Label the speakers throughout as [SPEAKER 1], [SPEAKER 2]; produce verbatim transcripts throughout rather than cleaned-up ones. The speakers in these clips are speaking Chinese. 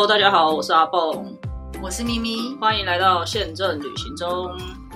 [SPEAKER 1] Hello， 大家好，我是阿蹦，
[SPEAKER 2] 我是咪咪，
[SPEAKER 1] 欢迎来到宪政旅行中。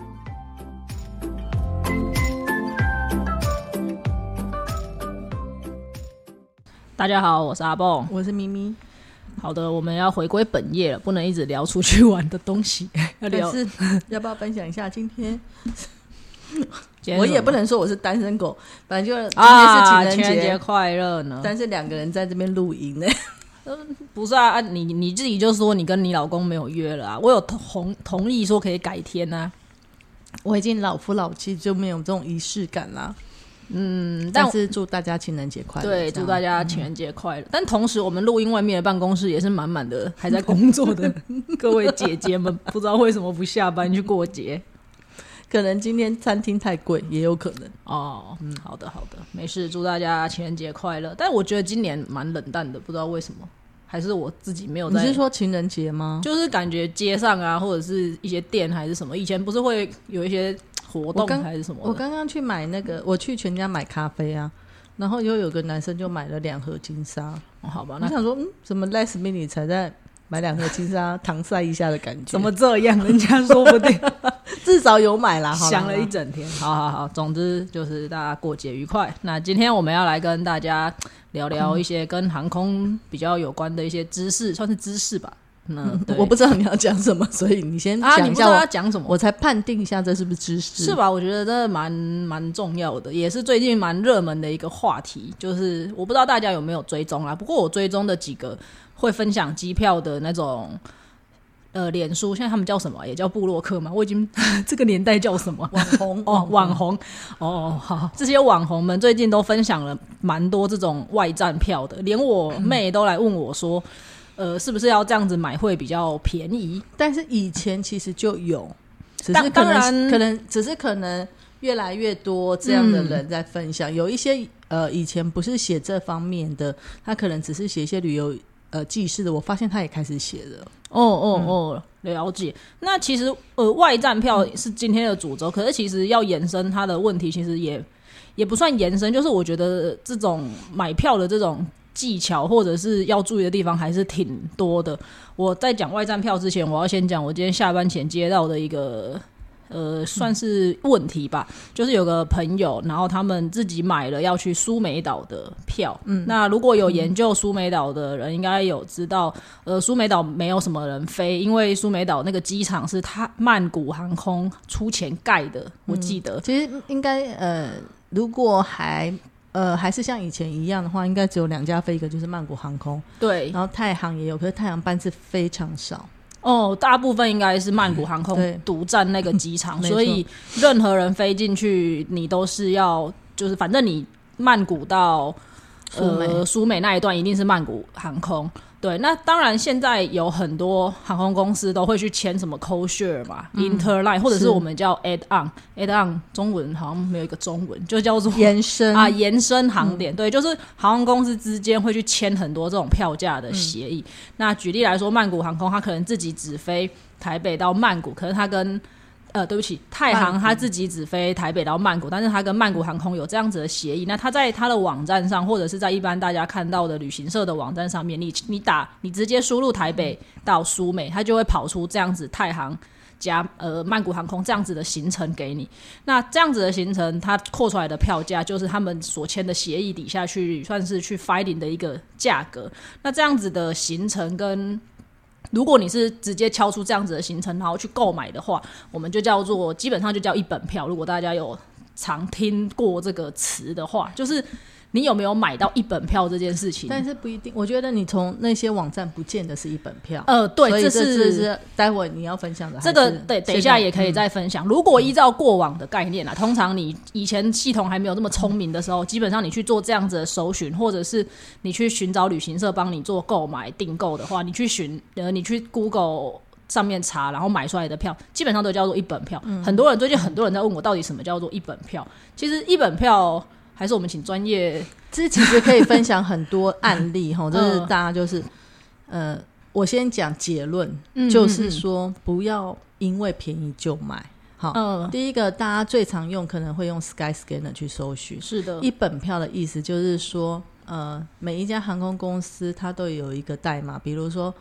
[SPEAKER 1] 大家好，我是阿蹦，
[SPEAKER 2] 我是咪咪。
[SPEAKER 1] 好的，我们要回归本业了，不能一直聊出去玩的东西。要聊，
[SPEAKER 2] 但是要不要分享一下今天？
[SPEAKER 1] 今天
[SPEAKER 2] 我也不能说我是单身狗，反正就今天
[SPEAKER 1] 啊，
[SPEAKER 2] 是情人节，
[SPEAKER 1] 情人节快乐呢！
[SPEAKER 2] 但是两个人在这边录音呢。
[SPEAKER 1] 不是啊，啊你你自己就说你跟你老公没有约了啊，我有同同意说可以改天啊。
[SPEAKER 2] 我已经老夫老妻，就没有这种仪式感啦。
[SPEAKER 1] 嗯，但
[SPEAKER 2] 但是祝大家情人节快乐。
[SPEAKER 1] 对，祝大家情人节快乐。嗯、但同时，我们录音外面的办公室也是满满的还在工作的各位姐姐们，不知道为什么不下班去过节。
[SPEAKER 2] 可能今天餐厅太贵，也有可能
[SPEAKER 1] 哦。嗯，好的好的，没事，祝大家情人节快乐。但我觉得今年蛮冷淡的，不知道为什么，还是我自己没有在。
[SPEAKER 2] 你是说情人节吗？
[SPEAKER 1] 就是感觉街上啊，或者是一些店还是什么，以前不是会有一些活动还是什么的。
[SPEAKER 2] 我刚刚去买那个，我去全家买咖啡啊，然后又有个男生就买了两盒金沙。
[SPEAKER 1] 哦、好吧，那
[SPEAKER 2] 我想说，嗯，怎么 last minute 才在买两盒金沙搪塞一下的感觉？
[SPEAKER 1] 怎么这样？人家说不定
[SPEAKER 2] 至少有买啦，好啦，
[SPEAKER 1] 想了一整天。好好好，总之就是大家过节愉快。那今天我们要来跟大家聊聊一些跟航空比较有关的一些知识，算是知识吧。嗯，
[SPEAKER 2] 我不知道你要讲什么，所以你先讲一下。
[SPEAKER 1] 啊，你不知道要讲什么，
[SPEAKER 2] 我才判定一下这是不是知识，
[SPEAKER 1] 是吧？我觉得这蛮蛮重要的，也是最近蛮热门的一个话题。就是我不知道大家有没有追踪啦，不过我追踪的几个会分享机票的那种呃脸书，现在他们叫什么？也叫部落客吗？我已经这个年代叫什么？
[SPEAKER 2] 网红
[SPEAKER 1] 哦，网红哦，好，这些网红们最近都分享了蛮多这种外站票的，连我妹都来问我说。呃，是不是要这样子买会比较便宜？
[SPEAKER 2] 但是以前其实就有，只是可能
[SPEAKER 1] 当然
[SPEAKER 2] 可能只是可能越来越多这样的人在分享。嗯、有一些呃以前不是写这方面的，他可能只是写一些旅游呃记事的。我发现他也开始写了。
[SPEAKER 1] 哦哦哦，了解。那其实呃外站票是今天的主轴，可是其实要延伸它的问题，其实也也不算延伸，就是我觉得这种买票的这种。技巧或者是要注意的地方还是挺多的。我在讲外站票之前，我要先讲我今天下班前接到的一个呃，算是问题吧，就是有个朋友，然后他们自己买了要去苏梅岛的票。嗯，那如果有研究苏梅岛的人，应该有知道，呃，苏梅岛没有什么人飞，因为苏梅岛那个机场是他曼谷航空出钱盖的，我记得。
[SPEAKER 2] 嗯、其实应该呃，如果还。呃，还是像以前一样的话，应该只有两家飞，一个就是曼谷航空，
[SPEAKER 1] 对，
[SPEAKER 2] 然后太航也有，可是太航班次非常少。
[SPEAKER 1] 哦，大部分应该是曼谷航空独占那个机场，所以任何人飞进去，你都是要，就是反正你曼谷到呃苏美那一段一定是曼谷航空。对，那当然现在有很多航空公司都会去签什么 codeshare 嘛、嗯、Interline 或者是我们叫 add on add on 中文好像没有一个中文，就叫做
[SPEAKER 2] 延伸
[SPEAKER 1] 啊延伸航点、嗯、对，就是航空公司之间会去签很多这种票价的协议、嗯、那举例来说，曼谷航空它可能自己只飞台北到曼谷，可是它跟呃，对不起，太航他自己只飞台北到曼谷，但是他跟曼谷航空有这样子的协议。那他在他的网站上，或者是在一般大家看到的旅行社的网站上面，你你打你直接输入台北到苏美，它就会跑出这样子太航加呃曼谷航空这样子的行程给你。那这样子的行程，它扩出来的票价就是他们所签的协议底下去算是去 fighting 的一个价格。那这样子的行程跟如果你是直接敲出这样子的行程然后去购买的话，我们就叫做基本上就叫一本票。如果大家有常听过这个词的话，就是你有没有买到一本票这件事情。
[SPEAKER 2] 但是不一定，我觉得你从那些网站不见得是一本票。
[SPEAKER 1] 呃，对，
[SPEAKER 2] 所以这
[SPEAKER 1] 是
[SPEAKER 2] 这是待会你要分享的。
[SPEAKER 1] 这个对，等一下也可以再分享、嗯、如果依照过往的概念啦，通常你以前系统还没有这么聪明的时候、嗯、基本上你去做这样子的搜寻，或者是你去寻找旅行社帮你做购买订购的话，你去寻呃，你去 Google上面查，然后买出来的票基本上都叫做一本票、嗯、很多人最近很多人在问我到底什么叫做一本票。其实一本票还是我们请专业，
[SPEAKER 2] 这其实可以分享很多案例齁，就是大家就是呃，我先讲结论、嗯、就是说不要因为便宜就买。好、嗯，第一个大家最常用可能会用 Skyscanner 去搜寻，
[SPEAKER 1] 是的，
[SPEAKER 2] 一本票的意思就是说呃，每一家航空公司它都有一个代码，比如说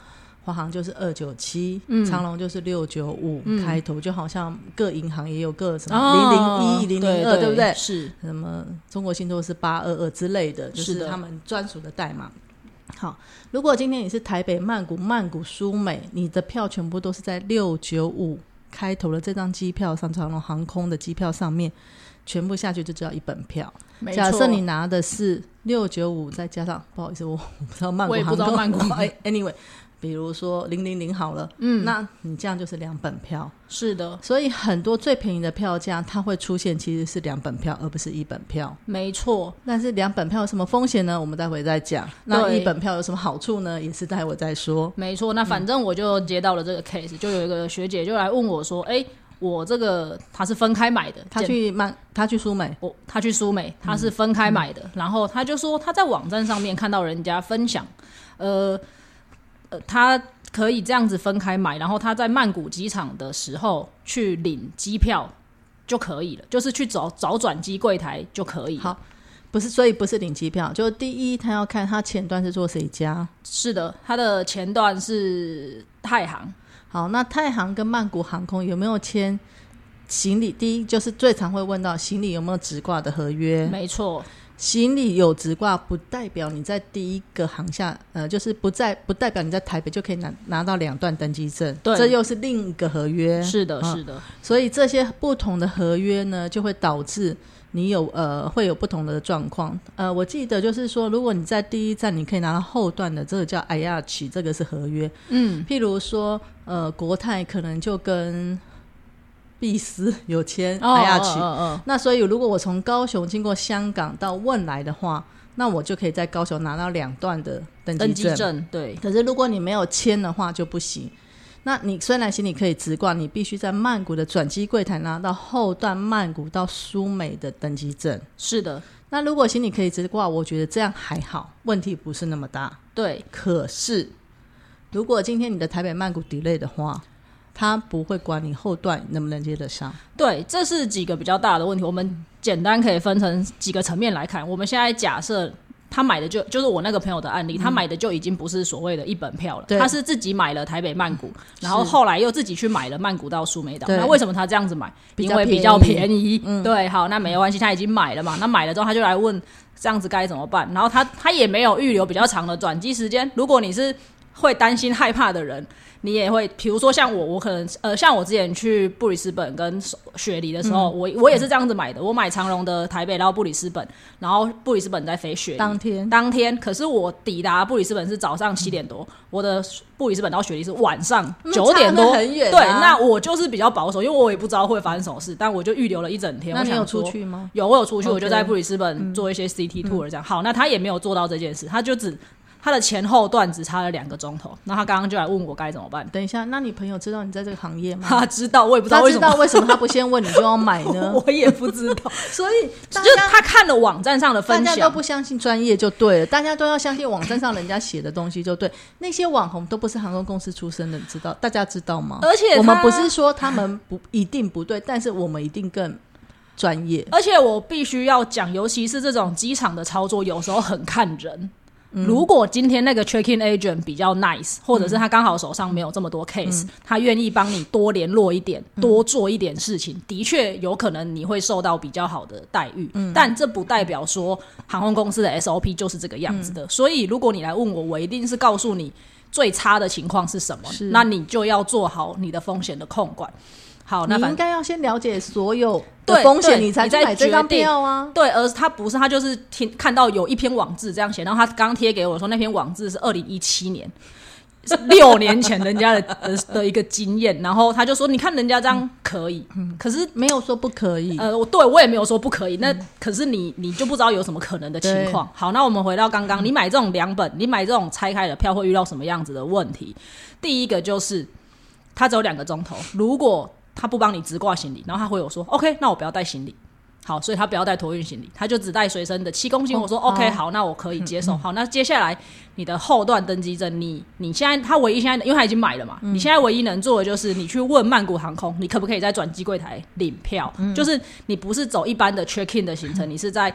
[SPEAKER 2] 华航就是二九七，长荣就是六九五开头，就好像各银行也有各什么零零一、零零二，对不对？
[SPEAKER 1] 是
[SPEAKER 2] 什么中国信托是八二二之类的，就是他们专属的代码。好，如果今天你是台北曼谷、曼谷苏美，你的票全部都是在六九五开头的这张机票上，长荣航空的机票上面，全部下去就只要一本票。假设你拿的是六九五，再加上不好意思，我我不知道曼谷航空，
[SPEAKER 1] 我也不知道曼谷
[SPEAKER 2] anyway， 比如说零零零好了，嗯，那你这样就是两本票。
[SPEAKER 1] 是的，
[SPEAKER 2] 所以很多最便宜的票价它会出现其实是两本票而不是一本票。
[SPEAKER 1] 没错，
[SPEAKER 2] 但是两本票有什么风险呢？我们待会再讲。那一本票有什么好处呢？也是待会再说。
[SPEAKER 1] 没错，那反正我就接到了这个 case，、嗯、就有一个学姐就来问我说，哎，我这个他是分开买的，
[SPEAKER 2] 他去曼他去苏美，
[SPEAKER 1] 我他去苏美，他是分开买的、嗯、然后他就说他在网站上面看到人家分享，呃呃他可以这样子分开买，然后他在曼谷机场的时候去领机票就可以了，就是去找找转机柜台就可以了。
[SPEAKER 2] 好，不是，所以不是领机票，就第一他要看他前段是做谁家。
[SPEAKER 1] 是的，他的前段是泰航。
[SPEAKER 2] 好，那泰航跟曼谷航空有没有签行李？第一就是最常会问到行李有没有直挂的合约。
[SPEAKER 1] 没错，
[SPEAKER 2] 行李有直挂不代表你在第一个航下，呃，就是不在不代表你在台北就可以 拿, 拿到两段登机证，
[SPEAKER 1] 对，
[SPEAKER 2] 这又是另一个合约。
[SPEAKER 1] 是的，是的、嗯。
[SPEAKER 2] 所以这些不同的合约呢，就会导致你有呃会有不同的状况。呃，我记得就是说，如果你在第一站你可以拿到后段的，这个叫 I R C， 这个是合约。嗯，譬如说呃国泰可能就跟必思有签 I R C，、哦哦哦、那所以如果我从高雄经过香港到汶莱的话，那我就可以在高雄拿到两段的登机证。登机证，
[SPEAKER 1] 对。
[SPEAKER 2] 可是如果你没有签的话就不行。那你虽然行李可以直挂，你必须在曼谷的转机柜台拿到后段曼谷到苏美的登机证。
[SPEAKER 1] 是的。
[SPEAKER 2] 那如果行李可以直挂，我觉得这样还好，问题不是那么大。
[SPEAKER 1] 对。
[SPEAKER 2] 可是如果今天你的台北曼谷 delay 的话，他不会管你后段能不能接得上。
[SPEAKER 1] 对，这是几个比较大的问题，我们简单可以分成几个层面来看。我们现在假设他买的就就是我那个朋友的案例、嗯、他买的就已经不是所谓的一本票了，他是自己买了台北曼谷、嗯、然后后来又自己去买了曼谷到苏梅岛。那为什么他这样子买？因为比较便宜、嗯、对，好，那没关系，他已经买了嘛，那买了之后他就来问这样子该怎么办，然后他他也没有预留比较长的转机时间。如果你是会担心害怕的人，你也会比如说像我我可能呃，像我之前去布里斯本跟雪梨的时候、嗯、我我也是这样子买的，我买长荣的台北到布里斯本，然后布里斯本再飞雪梨，
[SPEAKER 2] 当天
[SPEAKER 1] 当天可是我抵达布里斯本是早上七点多、嗯、我的布里斯本到雪梨是晚上九点多，
[SPEAKER 2] 很远、啊、
[SPEAKER 1] 对，那我就是比较保守，因为我也不知道会发生什么事，但我就预留了一整天。
[SPEAKER 2] 那你有出去吗？
[SPEAKER 1] 有，我有出去、okay. 我就在布里斯本做一些 City Tour 这样、嗯、好，那他也没有做到这件事，他就只他的前后段只差了两个钟头，那他刚刚就来问我该怎么办。
[SPEAKER 2] 等一下，那你朋友知道你在这个行业吗？
[SPEAKER 1] 他知道，我也不知道为什么。
[SPEAKER 2] 他知道为什么他不先问你就要买呢？
[SPEAKER 1] 我也不知道。
[SPEAKER 2] 所以
[SPEAKER 1] 就是他看了网站上的分享，
[SPEAKER 2] 大家都不相信专业就对了，大家都要相信网站上人家写的东西就对。那些网红都不是航空公司出身的，你知道？大家知道吗？
[SPEAKER 1] 而且
[SPEAKER 2] 我们不是说他们不一定不对，但是我们一定更专业。
[SPEAKER 1] 而且我必须要讲，尤其是这种机场的操作，有时候很看人。如果今天那个 check-in agent 比较 nice， 或者是他刚好手上没有这么多 case、嗯、他愿意帮你多联络一点、嗯、多做一点事情，的确有可能你会受到比较好的待遇、嗯、但这不代表说航空公司的 S O P 就是这个样子的、嗯、所以如果你来问我，我一定是告诉你最差的情况是什么，那你就要做好你的风险的控管。好，那
[SPEAKER 2] 你应该要先了解所有的风险，你才去买这张票啊。
[SPEAKER 1] 对，而他不是，他就是听看到有一篇网志这样写，然后他刚贴给我说那篇网志是二零一七年，六年前人家 的, 的, 的一个经验，然后他就说，你看人家这样可以，嗯、可是
[SPEAKER 2] 没有说不可以。
[SPEAKER 1] 呃，对我也没有说不可以，那、嗯、可是你你就不知道有什么可能的情况。好，那我们回到刚刚，你买这种两本，你买这种拆开的票会遇到什么样子的问题？第一个就是他只有两个钟头，如果他不帮你直挂行李，然后他回我说 OK 那我不要带行李，好，所以他不要带托运行李，他就只带随身的七公斤、哦、我说 OK 好，那我可以接受、嗯、好，那接下来你的后段登机证，你你现在他唯一现在因为他已经买了嘛、嗯、你现在唯一能做的就是你去问曼谷航空你可不可以在转机柜台领票、嗯、就是你不是走一般的 check in 的行程、嗯、你是在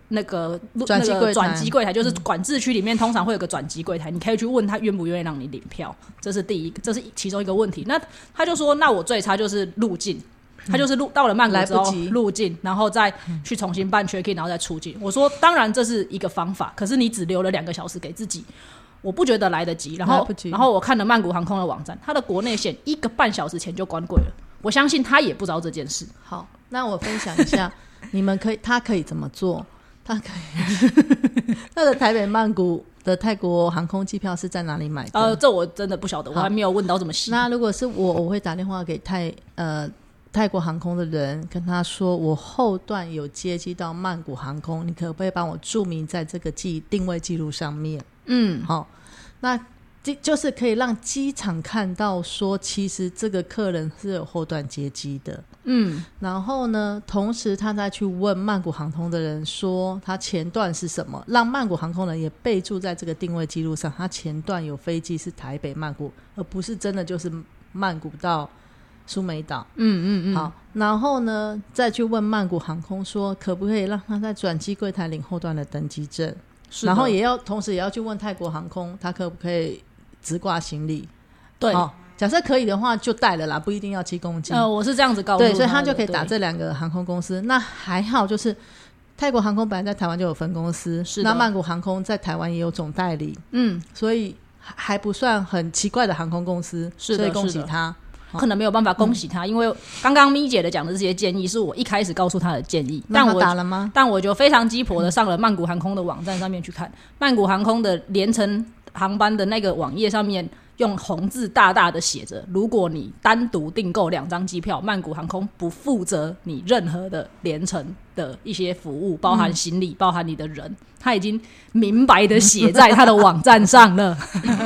[SPEAKER 1] 那个
[SPEAKER 2] 转机柜台，
[SPEAKER 1] 转机柜台就是管制区里面通常会有个转机柜台、嗯、你可以去问他愿不愿意让你领票，这是第一个，这是其中一个问题。那他就说那我最差就是入境，他就是入到了曼谷之后入境，然后再去重新办 check in 然后再出境。我说当然这是一个方法，可是你只留了两个小时给自己，我不觉得来得及。然后然后我看了曼谷航空的网站，它的国内线一个半小时前就关柜了，我相信他也不知道这件事。
[SPEAKER 2] 好，那我分享一下你们可以他可以怎么做。他可以他的台北曼谷的泰国航空机票是在哪里买的？
[SPEAKER 1] 呃，这我真的不晓得，我还没有问到这么细。
[SPEAKER 2] 那如果是我我会打电话给泰呃泰国航空的人，跟他说我后段有接机到曼谷航空，你可不可以帮我注明在这个记定位记录上面？嗯，好，那就是可以让机场看到说其实这个客人是有后段接机的。嗯，然后呢同时他再去问曼谷航空的人说他前段是什么，让曼谷航空人也备注在这个定位记录上，他前段有飞机是台北曼谷，而不是真的就是曼谷到苏梅岛。嗯嗯嗯，好，然后呢再去问曼谷航空说可不可以让他在转机柜台领后段的登机证，然后也要同时也要去问泰国航空他可不可以直挂行李。对、哦，假设可以的话就带了啦，不一定要七公斤。
[SPEAKER 1] 呃，我是这样子告诉他的。
[SPEAKER 2] 对，所以他就可以打这两个航空公司。那还好就是泰国航空本来在台湾就有分公司，是的，那曼谷航空在台湾也有总代理。嗯，所以还不算很奇怪的航空公司。是的，所以恭喜他。
[SPEAKER 1] 可能没有办法恭喜他、嗯、因为刚刚咪姐的讲的这些建议是我一开始告诉他的建议，
[SPEAKER 2] 但我打了吗？
[SPEAKER 1] 但我就非常鸡婆的上了曼谷航空的网站上面去看、嗯、曼谷航空的联程航班的那个网页上面用红字大大的写着，如果你单独订购两张机票，曼谷航空不负责你任何的联程的一些服务，包含行李、嗯、包含你的人，他已经明白的写在他的网站上了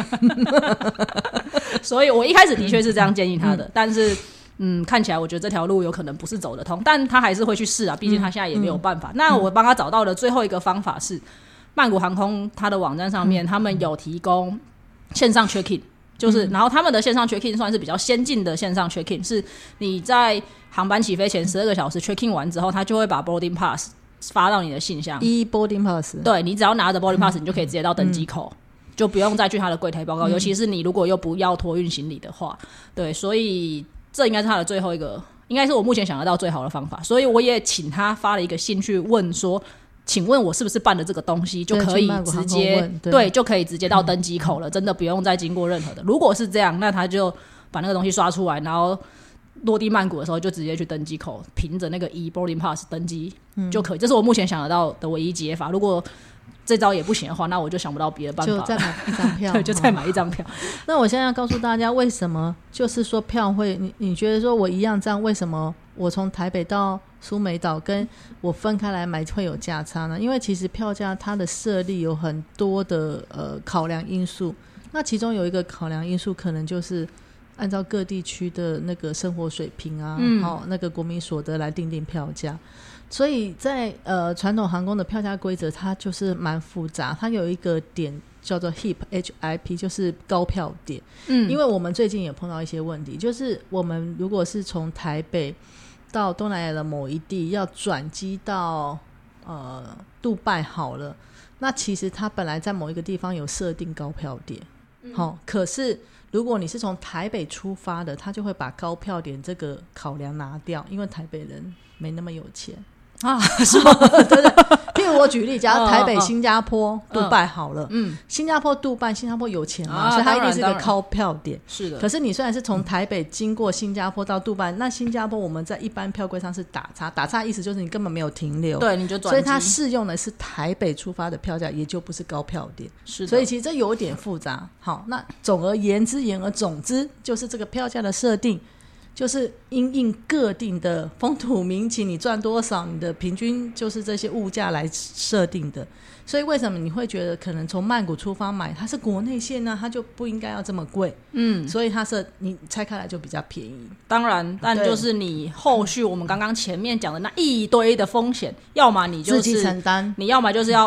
[SPEAKER 1] 所以我一开始的确是这样建议他的、嗯、但是嗯，看起来我觉得这条路有可能不是走得通，但他还是会去试啊，毕竟他现在也没有办法、嗯、那我帮他找到的最后一个方法是曼谷航空他的网站上面、嗯、他们有提供线上 check in，就是、嗯、然后他们的线上 check in 算是比较先进的线上 check in， 是你在航班起飞前十二个小时 check in 完之后，他就会把 boarding pass 发到你的信箱，
[SPEAKER 2] e boarding pass，
[SPEAKER 1] 对，你只要拿着 boarding pass、嗯、你就可以直接到登机口、嗯、就不用再去他的柜台报告、嗯、尤其是你如果又不要托运行李的话，对，所以这应该是他的最后一个，应该是我目前想得到最好的方法，所以我也请他发了一个信去问说请问我是不是办了这个东西就可以直接 对, 对就可以直接到登机口了、嗯、真的不用再经过任何的，如果是这样那他就把那个东西刷出来，然后落地曼谷的时候就直接去登机口凭着那个 e boarding pass 登机就可以、嗯、这是我目前想得到的唯一解法，如果这招也不行的话，那我就想不到别的办法了，
[SPEAKER 2] 就再买一张票
[SPEAKER 1] 对，就再买一张票、哦、
[SPEAKER 2] 那我现在要告诉大家为什么就是说票会 你, 你觉得说我一样这样，为什么我从台北到苏梅岛跟我分开来买会有价差呢？因为其实票价它的设立有很多的呃考量因素，那其中有一个考量因素可能就是按照各地区的那个生活水平啊、嗯哦、那个国民所得来定定票价，所以在呃传统航空的票价规则它就是蛮复杂，它有一个点叫做 H I P H I P 就是高票点。嗯，因为我们最近也碰到一些问题，就是我们如果是从台北到东南亚的某一地要转机到呃杜拜好了，那其实它本来在某一个地方有设定高票点、嗯哦、可是如果你是从台北出发的，他就会把高票点这个考量拿掉，因为台北人没那么有钱
[SPEAKER 1] 啊，是吗？
[SPEAKER 2] 对对，譬如我举例，假如台北、新加坡、哦、杜拜好了，嗯，新加坡、杜拜，新加坡有钱嘛、啊，所以它一定是个高票点。是的。可是你虽然是从台北经过新加坡到杜拜，嗯、那新加坡我们在一般票柜上是打叉，打叉意思就是你根本没有停留，
[SPEAKER 1] 对，你就转机，
[SPEAKER 2] 所以它适用的是台北出发的票价，也就不是高票点。是的。所以其实这有点复杂。好，那总而言之，言而总之，就是这个票价的设定。就是因应各地的风土民情，你赚多少，你的平均就是这些物价来设定的。所以为什么你会觉得可能从曼谷出发买它是国内线呢、啊，它就不应该要这么贵，嗯，所以它是你拆开来就比较便宜。
[SPEAKER 1] 当然，但就是你后续我们刚刚前面讲的那一堆的风险，要么你就是
[SPEAKER 2] 自己承担，
[SPEAKER 1] 你要么就是要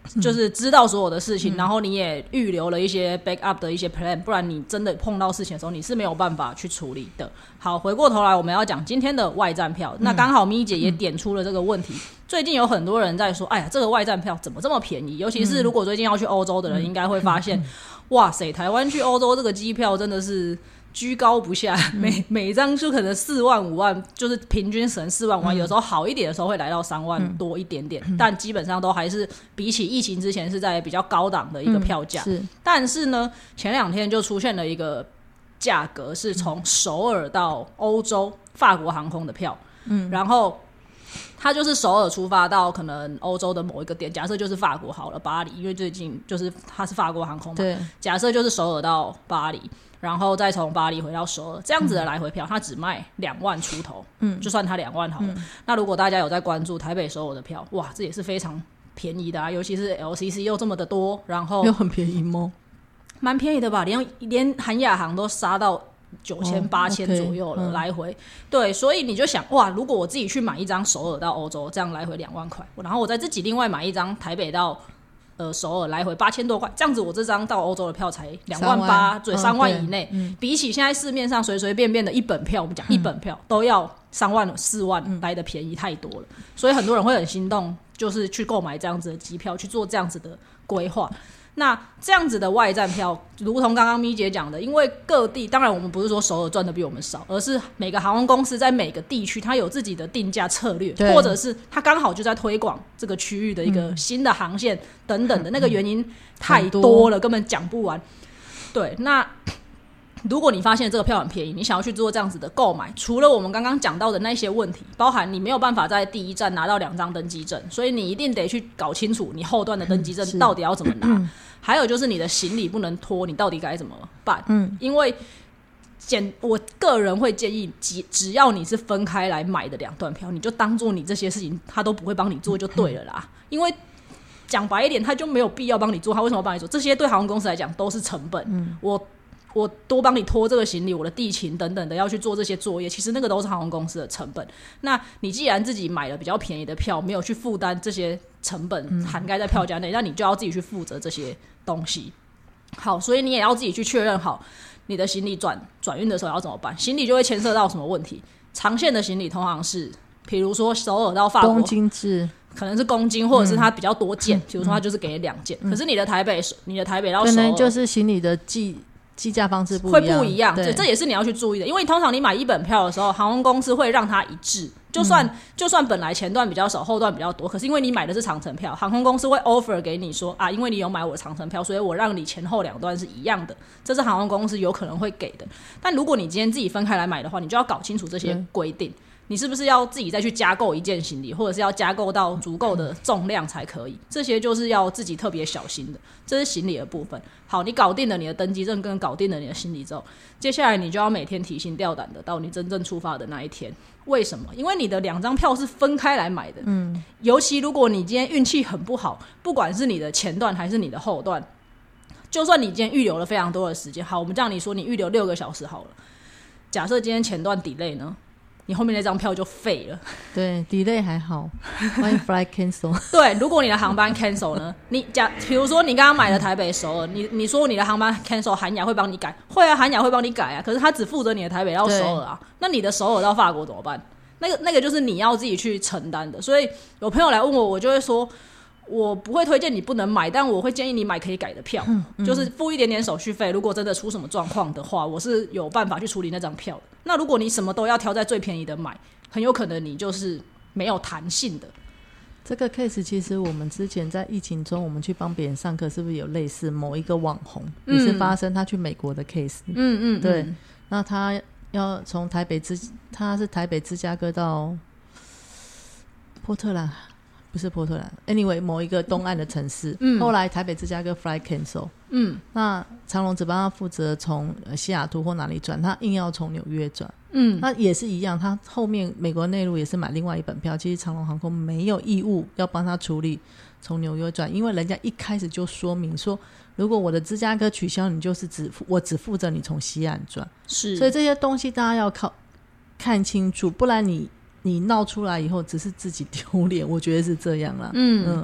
[SPEAKER 1] 就是知道所有的事情、嗯、然后你也预留了一些 backup 的一些 plan， 不然你真的碰到事情的时候你是没有办法去处理的。好，回过头来我们要讲今天的外站票、嗯、那刚好咪姐也点出了这个问题、嗯、最近有很多人在说哎呀这个外站票怎么这么便宜，尤其是如果最近要去欧洲的人应该会发现、嗯嗯嗯、哇塞，台湾去欧洲这个机票真的是居高不下，每每张就可能四万五万，就是平均省四万五万、嗯、有时候好一点的时候会来到三万多一点点、嗯、但基本上都还是比起疫情之前是在比较高档的一个票价、嗯、是。但是呢前两天就出现了一个价格是从首尔到欧洲法国航空的票，嗯，然后它就是首尔出发到可能欧洲的某一个点，假设就是法国好了，巴黎，因为最近就是它是法国航空嘛，对，假设就是首尔到巴黎，然后再从巴黎回到首尔，这样子的来回票、嗯、它只卖两万出头，嗯，就算它两万好了、嗯、那如果大家有在关注台北首尔的票，哇这也是非常便宜的啊，尤其是 L C C 又这么的多，然后
[SPEAKER 2] 又很便宜吗？
[SPEAKER 1] 蛮便宜的吧，连连韩亚航都杀到九千八千左右了、oh, okay, 来回、嗯、对，所以你就想哇，如果我自己去买一张首尔到欧洲，这样来回两万块，然后我再自己另外买一张台北到呃首尔来回八千多块，这样子我这张到欧洲的票才两万八，对，三万以内、嗯、比起现在市面上随随便便的一本票，我们讲一本票、嗯、都要三万四万来的便宜太多了、嗯、所以很多人会很心动，就是去购买这样子的机票，去做这样子的规划。那这样子的外站票如同刚刚咪姐讲的，因为各地，当然我们不是说首尔赚的比我们少，而是每个航空公司在每个地区它有自己的定价策略，或者是它刚好就在推广这个区域的一个新的航线等等的、嗯、那个原因太多了根本讲不完。对，那如果你发现这个票很便宜，你想要去做这样子的购买，除了我们刚刚讲到的那些问题，包含你没有办法在第一站拿到两张登机证，所以你一定得去搞清楚你后段的登机证到底要怎么拿、嗯、还有就是你的行李不能拖，你到底该怎么办、嗯、因为简我个人会建议只要你是分开来买的两段票，你就当做你这些事情他都不会帮你做就对了啦、嗯、因为讲白一点他就没有必要帮你做，他为什么帮你做？这些对航空公司来讲都是成本、嗯、我我多帮你拖这个行李，我的地勤等等的要去做这些作业，其实那个都是航空公司的成本。那你既然自己买了比较便宜的票，没有去负担这些成本涵盖在票价内、嗯、那你就要自己去负责这些东西。好，所以你也要自己去确认好你的行李转转运的时候要怎么办，行李就会牵涉到什么问题。长线的行李通常是比如说首尔到法国
[SPEAKER 2] 公斤制，
[SPEAKER 1] 可能是公斤，或者是它比较多件，比、嗯、如说它就是给两件、嗯、可是你的台北你的台北到首尔
[SPEAKER 2] 可能就是行李的计计价方式不一样，
[SPEAKER 1] 会不一样，对，这也是你要去注意的。因为通常你买一本票的时候，航空公司会让它一致，就算、嗯、就算本来前段比较少，后段比较多，可是因为你买的是长程票，航空公司会 offer 给你说啊，因为你有买我的长程票，所以我让你前后两段是一样的，这是航空公司有可能会给的。但如果你今天自己分开来买的话，你就要搞清楚这些规定。你是不是要自己再去加购一件行李，或者是要加购到足够的重量才可以，这些就是要自己特别小心的，这是行李的部分。好，你搞定了你的登机证跟搞定了你的行李之后，接下来你就要每天提心吊胆的到你真正出发的那一天。为什么？因为你的两张票是分开来买的，嗯，尤其如果你今天运气很不好，不管是你的前段还是你的后段，就算你今天预留了非常多的时间，好，我们这样你说你预留六个小时好了，假设今天前段 delay 呢，你后面那张票就废了。
[SPEAKER 2] 对 delay 还好，万一 flight cancel
[SPEAKER 1] 对，如果你的航班 cancel 呢，你假比如说你刚刚买了台北首尔，你你说你的航班 cancel， 韩亚会帮你改，会啊，韩亚会帮你改啊，可是他只负责你的台北到首尔啊，那你的首尔到法国怎么办？那个那个就是你要自己去承担的。所以有朋友来问我，我就会说我不会推荐你不能买，但我会建议你买可以改的票、嗯嗯、就是付一点点手续费，如果真的出什么状况的话，我是有办法去处理那张票的。那如果你什么都要挑在最便宜的买，很有可能你就是没有弹性的。
[SPEAKER 2] 这个 case 其实我们之前在疫情中我们去帮别人上课，是不是有类似某一个网红、嗯、也是发生他去美国的 case。 嗯嗯，对，那他要从台北芝他是台北芝加哥到波特兰，不是波特兰 anyway 某一个东岸的城市、嗯、后来台北芝加哥 flight cancel， 嗯，那长荣只帮他负责从西雅图或哪里转，他硬要从纽约转，嗯，那也是一样，他后面美国内陆也是买另外一本票，其实长荣航空没有义务要帮他处理从纽约转，因为人家一开始就说明说，如果我的芝加哥取消，你就是只我只负责你从西岸转，是，所以这些东西大家要靠看清楚，不然你你闹出来以后只是自己丢脸，我觉得是这样啦。嗯嗯，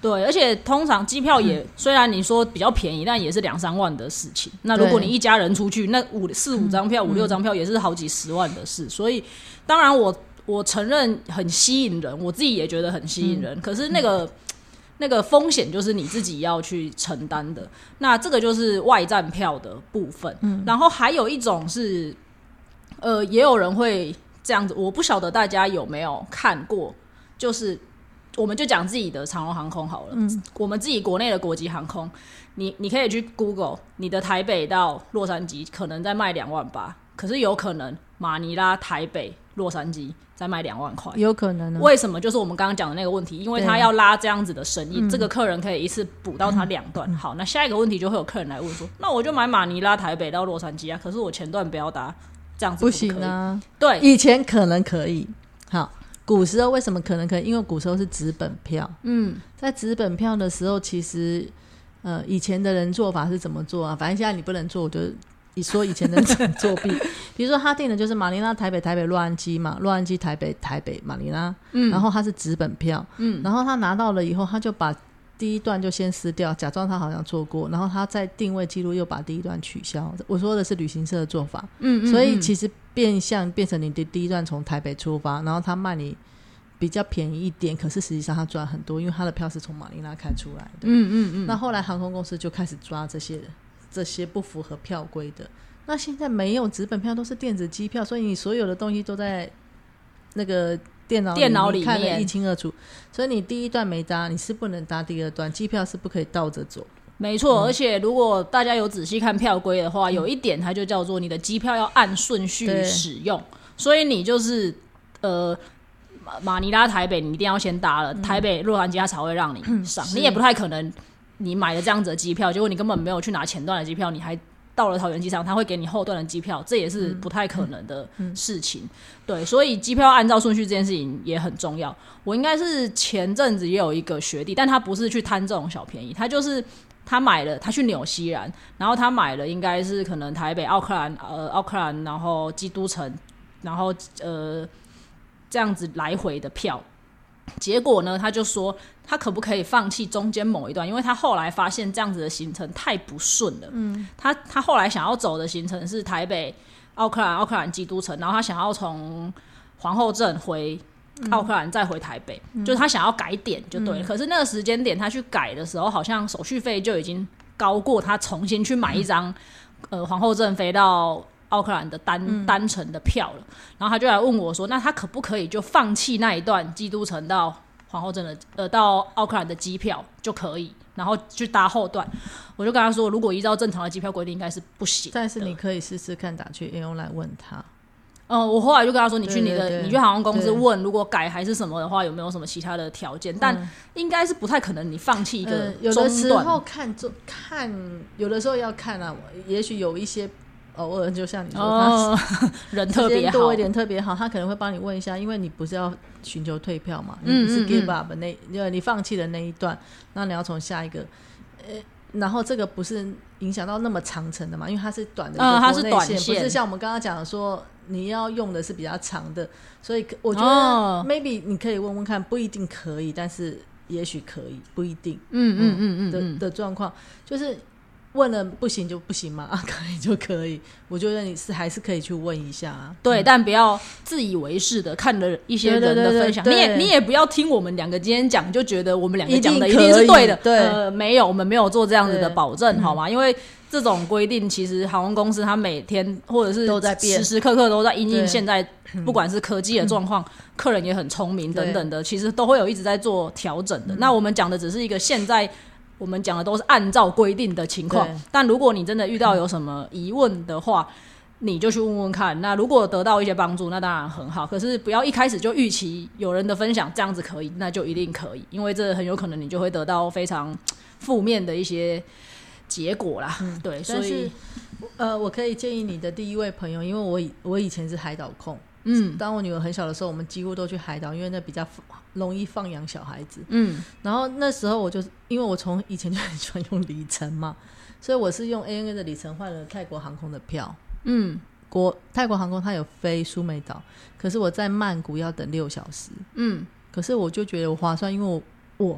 [SPEAKER 1] 对，而且通常机票也、嗯、虽然你说比较便宜，但也是两三万的事情。那如果你一家人出去，那五四五张票、嗯、五六张票也是好几十万的事。所以当然我我承认很吸引人，我自己也觉得很吸引人。嗯、可是那个、嗯、那个风险就是你自己要去承担的。那这个就是外站票的部分。嗯、然后还有一种是，呃，也有人会这样子，我不晓得大家有没有看过，就是我们就讲自己的长荣航空好了。嗯、我们自己国内的国际航空，你你可以去 Google， 你的台北到洛杉矶可能在卖两万八，可是有可能马尼拉、台北、洛杉矶在卖两万块，
[SPEAKER 2] 有可能呢。
[SPEAKER 1] 为什么？就是我们刚刚讲的那个问题，因为他要拉这样子的生意，这个客人可以一次补到他两段。嗯、好，那下一个问题就会有客人来问说，那我就买马尼拉、台北到洛杉矶啊，可是我前段不要搭，这样子 不, 不行啊。对，
[SPEAKER 2] 以前可能可以。好，古时候为什么可能可以？因为古时候是纸本票。嗯，在纸本票的时候，其实呃以前的人做法是怎么做啊？反正现在你不能做，我就你说以前的人怎么作弊。比如说他订的就是马尼拉、台北、台北、洛杉矶嘛，洛杉矶、台北、台北、马尼拉。嗯，然后他是纸本票。嗯，然后他拿到了以后，他就把第一段就先撕掉，假装他好像做过，然后他在定位记录又把第一段取消。我说的是旅行社的做法。嗯, 嗯, 嗯，所以其实变相变成你的第一段从台北出发，然后他卖你比较便宜一点，可是实际上他赚很多，因为他的票是从马尼拉开出来的。嗯嗯嗯。那后来航空公司就开始抓这些这些不符合票规的。那现在没有纸本票，都是电子机票，所以你所有的东西都在那个电脑里
[SPEAKER 1] 电脑里面
[SPEAKER 2] 看得一清二楚。所以你第一段没搭，你是不能搭第二段，机票是不可以倒着走。
[SPEAKER 1] 没错、嗯、而且如果大家有仔细看票规的话、嗯、有一点它就叫做你的机票要按顺序使用，所以你就是呃马尼拉台北你一定要先搭了、嗯、台北洛杉矶它才会让你上、嗯、你也不太可能你买了这样子的机票，结果你根本没有去拿前段的机票，你还到了桃园机场他会给你后段的机票，这也是不太可能的事情、嗯嗯、对，所以机票按照顺序这件事情也很重要。我应该是前阵子也有一个学弟，但他不是去贪这种小便宜，他就是他买了，他去纽西兰，然后他买了应该是可能台北奥克兰呃奥克兰然后基督城然后呃这样子来回的票，结果呢他就说他可不可以放弃中间某一段，因为他后来发现这样子的行程太不顺了。嗯，他他后来想要走的行程是台北奥克兰奥克兰基督城，然后他想要从皇后镇回奥克兰再回台北、嗯、就是他想要改点就对了、嗯、可是那个时间点他去改的时候好像手续费就已经高过他重新去买一张、嗯、呃皇后镇飞到奥克兰的 单,、嗯、单程的票了。然后他就来问我说那他可不可以就放弃那一段基督城到皇后镇的呃到奥克兰的机票就可以，然后去搭后段。我就跟他说如果依照正常的机票规定应该是不行的，
[SPEAKER 2] 但是你可以试试看打去 Aon 来问他。
[SPEAKER 1] 嗯，我后来就跟他说你去你的
[SPEAKER 2] 对对对
[SPEAKER 1] 你去航空公司问如果改还是什么的话有没有什么其他的条件、嗯、但应该是不太可能你放弃一个中段、
[SPEAKER 2] 呃、有的时候看看有的时候要看啊，也许有一些偶尔就像你说、哦、他
[SPEAKER 1] 人特别好
[SPEAKER 2] 多一点特别好，他可能会帮你问一下，因为你不是要寻求退票嘛，嗯、你是 give up 那、嗯、你放弃的那一段，那你要从下一个呃然后这个不是影响到那么长程的嘛，因为它是短的一个国内线、嗯、它是短线，不是像我们刚刚讲的说你要用的是比较长的，所以我觉得 maybe 你可以问问看，不一定可以，但是也许可以，不一定。嗯嗯嗯嗯 的, 的状况就是问了不行就不行嘛，啊可以就可以，我觉得你是还是可以去问一下啊。
[SPEAKER 1] 对、
[SPEAKER 2] 嗯、
[SPEAKER 1] 但不要自以为是的看了一些人的分享，对对对对，你也你也不要听我们两个今天讲就觉得我们两个讲的一定是对的。
[SPEAKER 2] 对，
[SPEAKER 1] 呃，没有，我们没有做这样子的保证，好吗？因为这种规定其实航空公司它每天或者是
[SPEAKER 2] 都在变，
[SPEAKER 1] 时时刻刻都在因应现在不管是科技的状况、嗯、客人也很聪明等等的，其实都会有一直在做调整的、嗯、那我们讲的只是一个现在我们讲的都是按照规定的情况，但如果你真的遇到有什么疑问的话、嗯、你就去问问看，那如果得到一些帮助那当然很好，可是不要一开始就预期有人的分享这样子可以那就一定可以，因为这很有可能你就会得到非常负面的一些结果啦、嗯、对，所以但是
[SPEAKER 2] 呃，我可以建议你的第一位朋友，因为我以我以前是海岛控，嗯，当我女儿很小的时候我们几乎都去海岛，因为那比较容易放养小孩子，嗯，然后那时候我就因为我从以前就很喜欢用里程嘛，所以我是用 A N A 的里程换了泰国航空的票，嗯，国泰国航空它有飞苏梅岛，可是我在曼谷要等六小时，嗯，可是我就觉得我划算，因为我我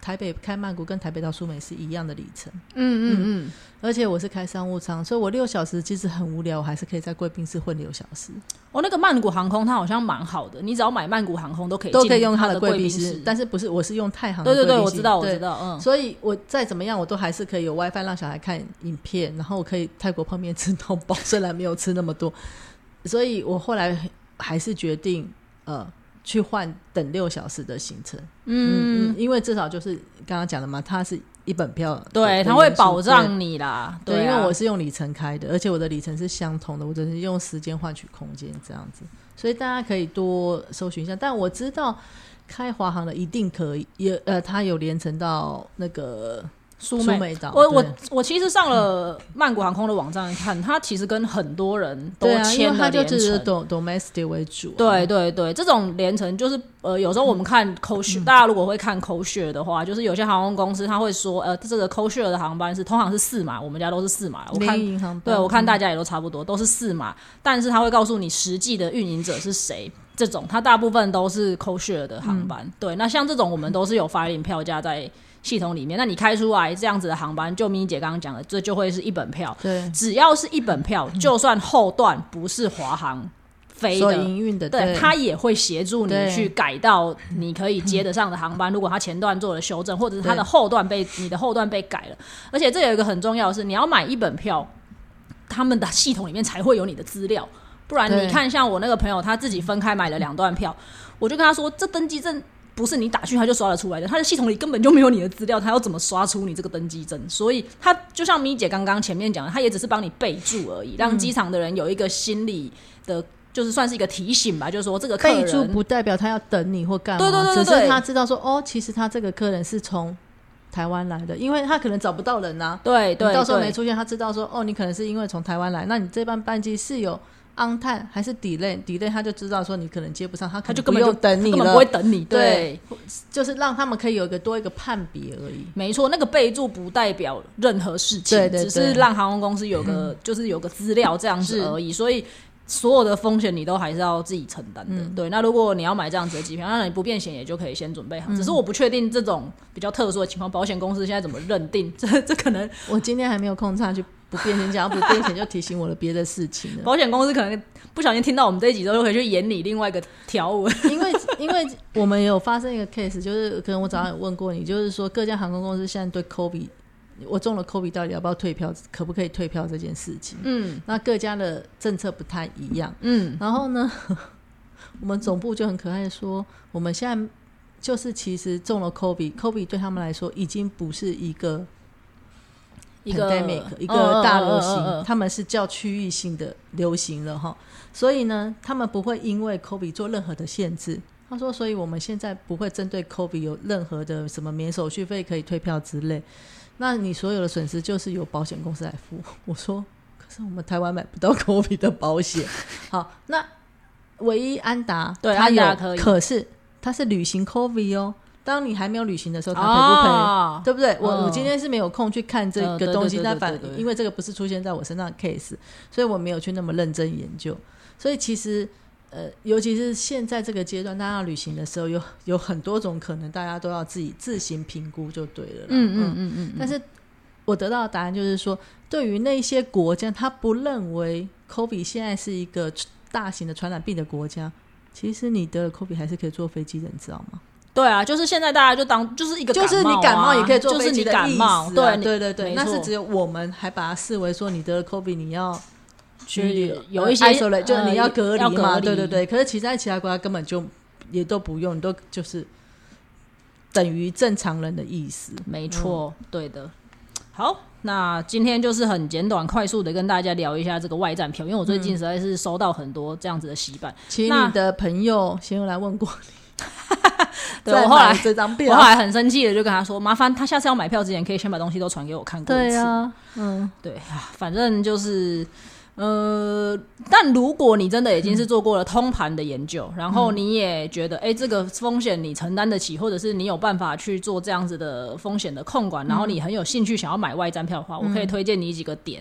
[SPEAKER 2] 台北开曼谷跟台北到苏梅是一样的里程。
[SPEAKER 1] 嗯嗯嗯，
[SPEAKER 2] 而且我是开商务舱，所以我六小时其实很无聊，我还是可以在贵宾室混六小时。
[SPEAKER 1] 哦，那个曼谷航空它好像蛮好的，你只要买曼谷航空都可以
[SPEAKER 2] 都可以用它
[SPEAKER 1] 的
[SPEAKER 2] 贵宾
[SPEAKER 1] 室，
[SPEAKER 2] 室，但是不是我是用太行的贵宾室。
[SPEAKER 1] 对对对，我知道我知道，嗯，
[SPEAKER 2] 所以我再怎么样我都还是可以有 WiFi 让小孩看影片，然后我可以泰国泡面吃到饱，虽然没有吃那么多，所以我后来还是决定呃去换等六小时的行程。嗯, 嗯，因为至少就是刚刚讲的嘛，它是一本票，
[SPEAKER 1] 对，它会保障你啦。 对,
[SPEAKER 2] 对、啊、因为我是用里程开的，而且我的里程是相同的，我只是用时间换取空间这样子，所以大家可以多搜寻一下。但我知道开华航的一定可以，也呃，它有连成到那个苏梅岛。
[SPEAKER 1] 我我我其实上了曼谷航空的网站看，它其实跟很多人都签了连程，对啊，因为它就只是
[SPEAKER 2] domestic 为主、啊。
[SPEAKER 1] 对对对，这种连程就是呃，有时候我们看 codeshare、嗯、大家如果会看 codeshare 的话，就是有些航空公司他会说，呃，这个 codeshare 的航班是通常是四码，我们家都是四码，我看对我看大家也都差不多，都是四码，但是他会告诉你实际的运营者是谁。这种它大部分都是 codeshare 的航班、嗯、对，那像这种我们都是有发领票价在系统里面，那你开出来这样子的航班，就咪咪姐刚刚讲的，这就会是一本票。对，只要是一本票、嗯、就算后段不是华航飞的
[SPEAKER 2] 营运的，
[SPEAKER 1] 对，它也会协助你去改到你可以接得上的航班、嗯、如果它前段做了修正，或者是它的后段被你的后段被改了。而且这有一个很重要的是，你要买一本票，他们的系统里面才会有你的资料，不然你看像我那个朋友他自己分开买了两段票，我就跟他说这登机证不是你打去他就刷得出来的，他的系统里根本就没有你的资料，他要怎么刷出你这个登机证？所以他就像咪姐刚刚前面讲的，他也只是帮你备注而已，让机场的人有一个心理的，就是算是一个提醒吧，就是说这个客人
[SPEAKER 2] 备注不代表他要等你或干嘛，对对 对, 对, 对，只是他知道说哦，其实他这个客人是从台湾来的，因为他可能找不到人啊，
[SPEAKER 1] 对 对, 对，
[SPEAKER 2] 到时候没出现，他知道说哦，你可能是因为从台湾来，那你这班班机是有on time 还是 delay delay 他就知道说你可能接不上，他可能不用等你了，
[SPEAKER 1] 根本不会等你， 对,
[SPEAKER 2] 对，就是让他们可以有一个多一个判别而已。
[SPEAKER 1] 没错，那个备注不代表任何事情，对对对，只是让航空公司有个、嗯、就是有个资料这样子而已，所以所有的风险你都还是要自己承担的、嗯、对。那如果你要买这样子的机票，那你不变险也就可以先准备好、嗯、只是我不确定这种比较特殊的情况保险公司现在怎么认定，这这可能
[SPEAKER 2] 我今天还没有空差去不变险，讲不变险就提醒我了别的事情了。
[SPEAKER 1] 保险公司可能不小心听到我们这一集之后，就可以去演你另外一个条文。
[SPEAKER 2] 因为因为我们有发生一个 case， 就是可能我早上有问过你，就是说各家航空公司现在对 COVID， 我中了 COVID 到底要不要退票，可不可以退票这件事情。嗯，那各家的政策不太一样。嗯，然后呢，我们总部就很可爱的说，我们现在就是其实中了 COVID， COVID 对他们来说已经不是一个。一个 pandemic 一个大流行、嗯嗯嗯嗯、他们是叫区域性的流行了齁，所以呢他们不会因为 COVID 做任何的限制。他说所以我们现在不会针对 COVID 有任何的什么免手续费可以退票之类，那你所有的损失就是由保险公司来付。我说可是我们台湾买不到 COVID 的保险。好，那唯一安达
[SPEAKER 1] 对
[SPEAKER 2] 它有，
[SPEAKER 1] 安达可以，
[SPEAKER 2] 可是它是旅行 COVID 哦，当你还没有旅行的时候，他赔不赔、哦？对不对？我、嗯、我今天是没有空去看这个东西，但反因为这个不是出现在我身上的 case， 所以我没有去那么认真研究。所以其实呃，尤其是现在这个阶段，大家要旅行的时候，有有很多种可能，大家都要自己自行评估就对了啦。嗯嗯嗯 嗯, 嗯。但是我得到的答案就是说，对于那些国家，他不认为 COVID 现在是一个大型的传染病的国家，其实你得了 COVID 还是可以坐飞机的，你知道吗？
[SPEAKER 1] 对啊，就是现在大家就当就是一个感冒、啊、
[SPEAKER 2] 就是你感冒也可以坐飞机的意思、啊、
[SPEAKER 1] 就是你感冒，
[SPEAKER 2] 对对对对，那是只有我们还把它视为说你得了 COVID 你要去
[SPEAKER 1] 有一些、
[SPEAKER 2] 呃、就你要隔离嘛，对对对。可是其实在其他国家根本就也都不用，你都就是等于正常人的意思。
[SPEAKER 1] 没错、嗯、对的。好，那今天就是很简短快速的跟大家聊一下这个外站票，因为我最近实在是收到很多这样子的洗版，
[SPEAKER 2] 请你的朋友先来问过你。
[SPEAKER 1] 对，我后来这张票，我后来很生气的就跟他说，麻烦他下次要买票之前可以先把东西都传给我看过一次。对啊，嗯，对啊，反正就是呃，但如果你真的已经是做过了通盘的研究、嗯、然后你也觉得哎、欸，这个风险你承担得起，或者是你有办法去做这样子的风险的控管、嗯、然后你很有兴趣想要买外站票的话、嗯、我可以推荐你几个点。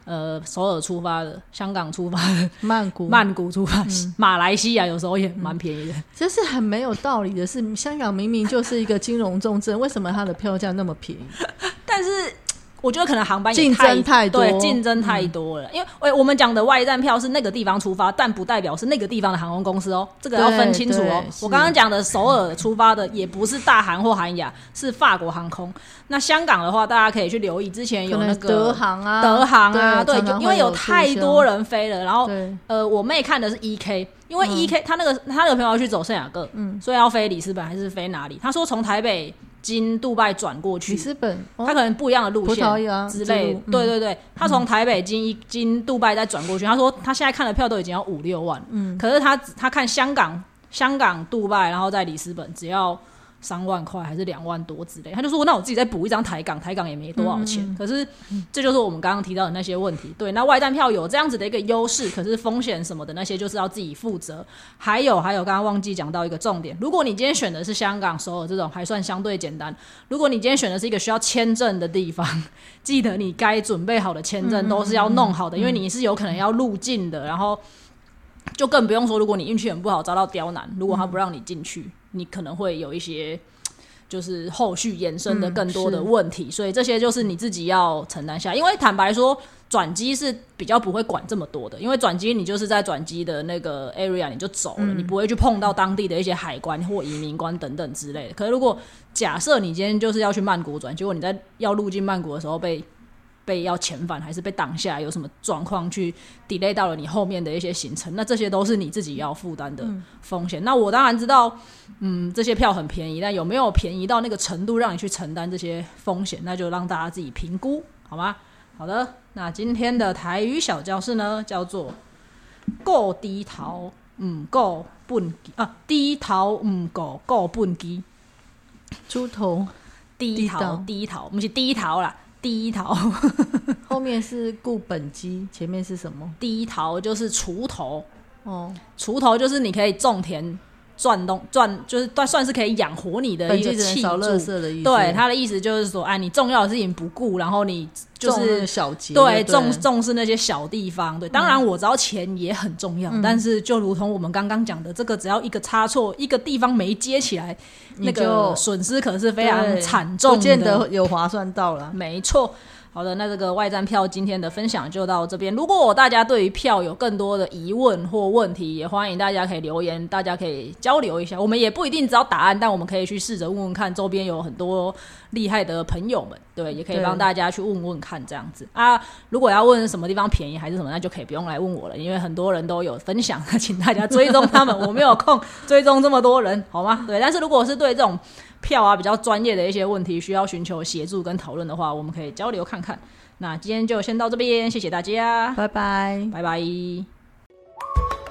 [SPEAKER 1] 呃首尔出发的、香港出发的、
[SPEAKER 2] 曼谷
[SPEAKER 1] 曼谷出发、嗯、马来西亚有时候也蛮便宜的、嗯、
[SPEAKER 2] 这是很没有道理的是，香港明明就是一个金融重镇，为什么它的票价那么便宜？
[SPEAKER 1] 但是我觉得可能航班也
[SPEAKER 2] 竞争太多，
[SPEAKER 1] 对，竞争太多了、嗯、因为我们讲的外站票是那个地方出发，但不代表是那个地方的航空公司哦，这个要分清楚哦。我刚刚讲的首尔出发的也不是大韩或韩亚，是法国航空。那香港的话大家可以去留意，之前有那个
[SPEAKER 2] 德航啊
[SPEAKER 1] 德航啊， 对, 对，因为有太多人飞了，然后呃，我妹看的是 E K， 因为 E K、嗯、他那个他那个朋友要去走圣雅各、嗯、所以要飞里斯本还是飞哪里，他说从台北经杜拜转过去，
[SPEAKER 2] 里斯本、哦、
[SPEAKER 1] 他可能不一样的路线之类的、啊、对对对，他从台北经经杜拜再转过去，他说他现在看的票都已经要五六万，嗯，可是他他看香港香港杜拜然后在里斯本只要三万块还是两万多之类，他就说那我自己再补一张台港，台港也没多少钱、嗯、可是这就是我们刚刚提到的那些问题。对，那外站票有这样子的一个优势，可是风险什么的那些就是要自己负责。还有还有刚刚忘记讲到一个重点，如果你今天选的是香港首尔这种还算相对简单，如果你今天选的是一个需要签证的地方，记得你该准备好的签证都是要弄好的、嗯、因为你是有可能要入境的，然后就更不用说如果你运气很不好遭到刁难，如果他不让你进去、嗯、你可能会有一些就是后续衍生的更多的问题、嗯、所以这些就是你自己要承担下。因为坦白说转机是比较不会管这么多的，因为转机你就是在转机的那个 area 你就走了、嗯、你不会去碰到当地的一些海关或移民官等等之类的。可是如果假设你今天就是要去曼谷转，结果你在要入境曼谷的时候被被要遣返还是被挡下来，有什么状况去 delay 到了你后面的一些行程，那这些都是你自己要负担的风险、嗯、那我当然知道嗯，这些票很便宜，但有没有便宜到那个程度让你去承担这些风险，那就让大家自己评估好吗？好的，那今天的台语小教室呢叫做够低头唔够笨鸡啊，低头唔够够笨鸡，
[SPEAKER 2] 猪头
[SPEAKER 1] 低头低头不是低头啦，低头
[SPEAKER 2] 后面是顾本鸡，前面是什么？
[SPEAKER 1] 低头就是锄头哦，锄头就是你可以种田赚东赚，就是算是可以养活你的一个器
[SPEAKER 2] 扫垃圾的意思。
[SPEAKER 1] 对，他的意思就是说，哎，你重要的事情不顾，然后你就是
[SPEAKER 2] 小节，
[SPEAKER 1] 对，重重视那些小地方。对，当然我知道钱也很重要，嗯、但是就如同我们刚刚讲的，这个只要一个差错，一个地方没接起来，那个损失可是非常惨重的，
[SPEAKER 2] 不见得有划算到啦。
[SPEAKER 1] 没错。好的，那这个外站票今天的分享就到这边。如果大家对于票有更多的疑问或问题，也欢迎大家可以留言，大家可以交流一下。我们也不一定知道答案，但我们可以去试着问问看，周边有很多厉害的朋友们，对，也可以帮大家去问问看这样子啊。如果要问什么地方便宜还是什么，那就可以不用来问我了，因为很多人都有分享，请大家追踪他们，我没有空追踪这么多人，好吗？对，但是如果是对这种票啊比较专业的一些问题需要寻求协助跟讨论的话，我们可以交流看看。那今天就先到这边，谢谢大家，
[SPEAKER 2] 拜拜，
[SPEAKER 1] 拜拜。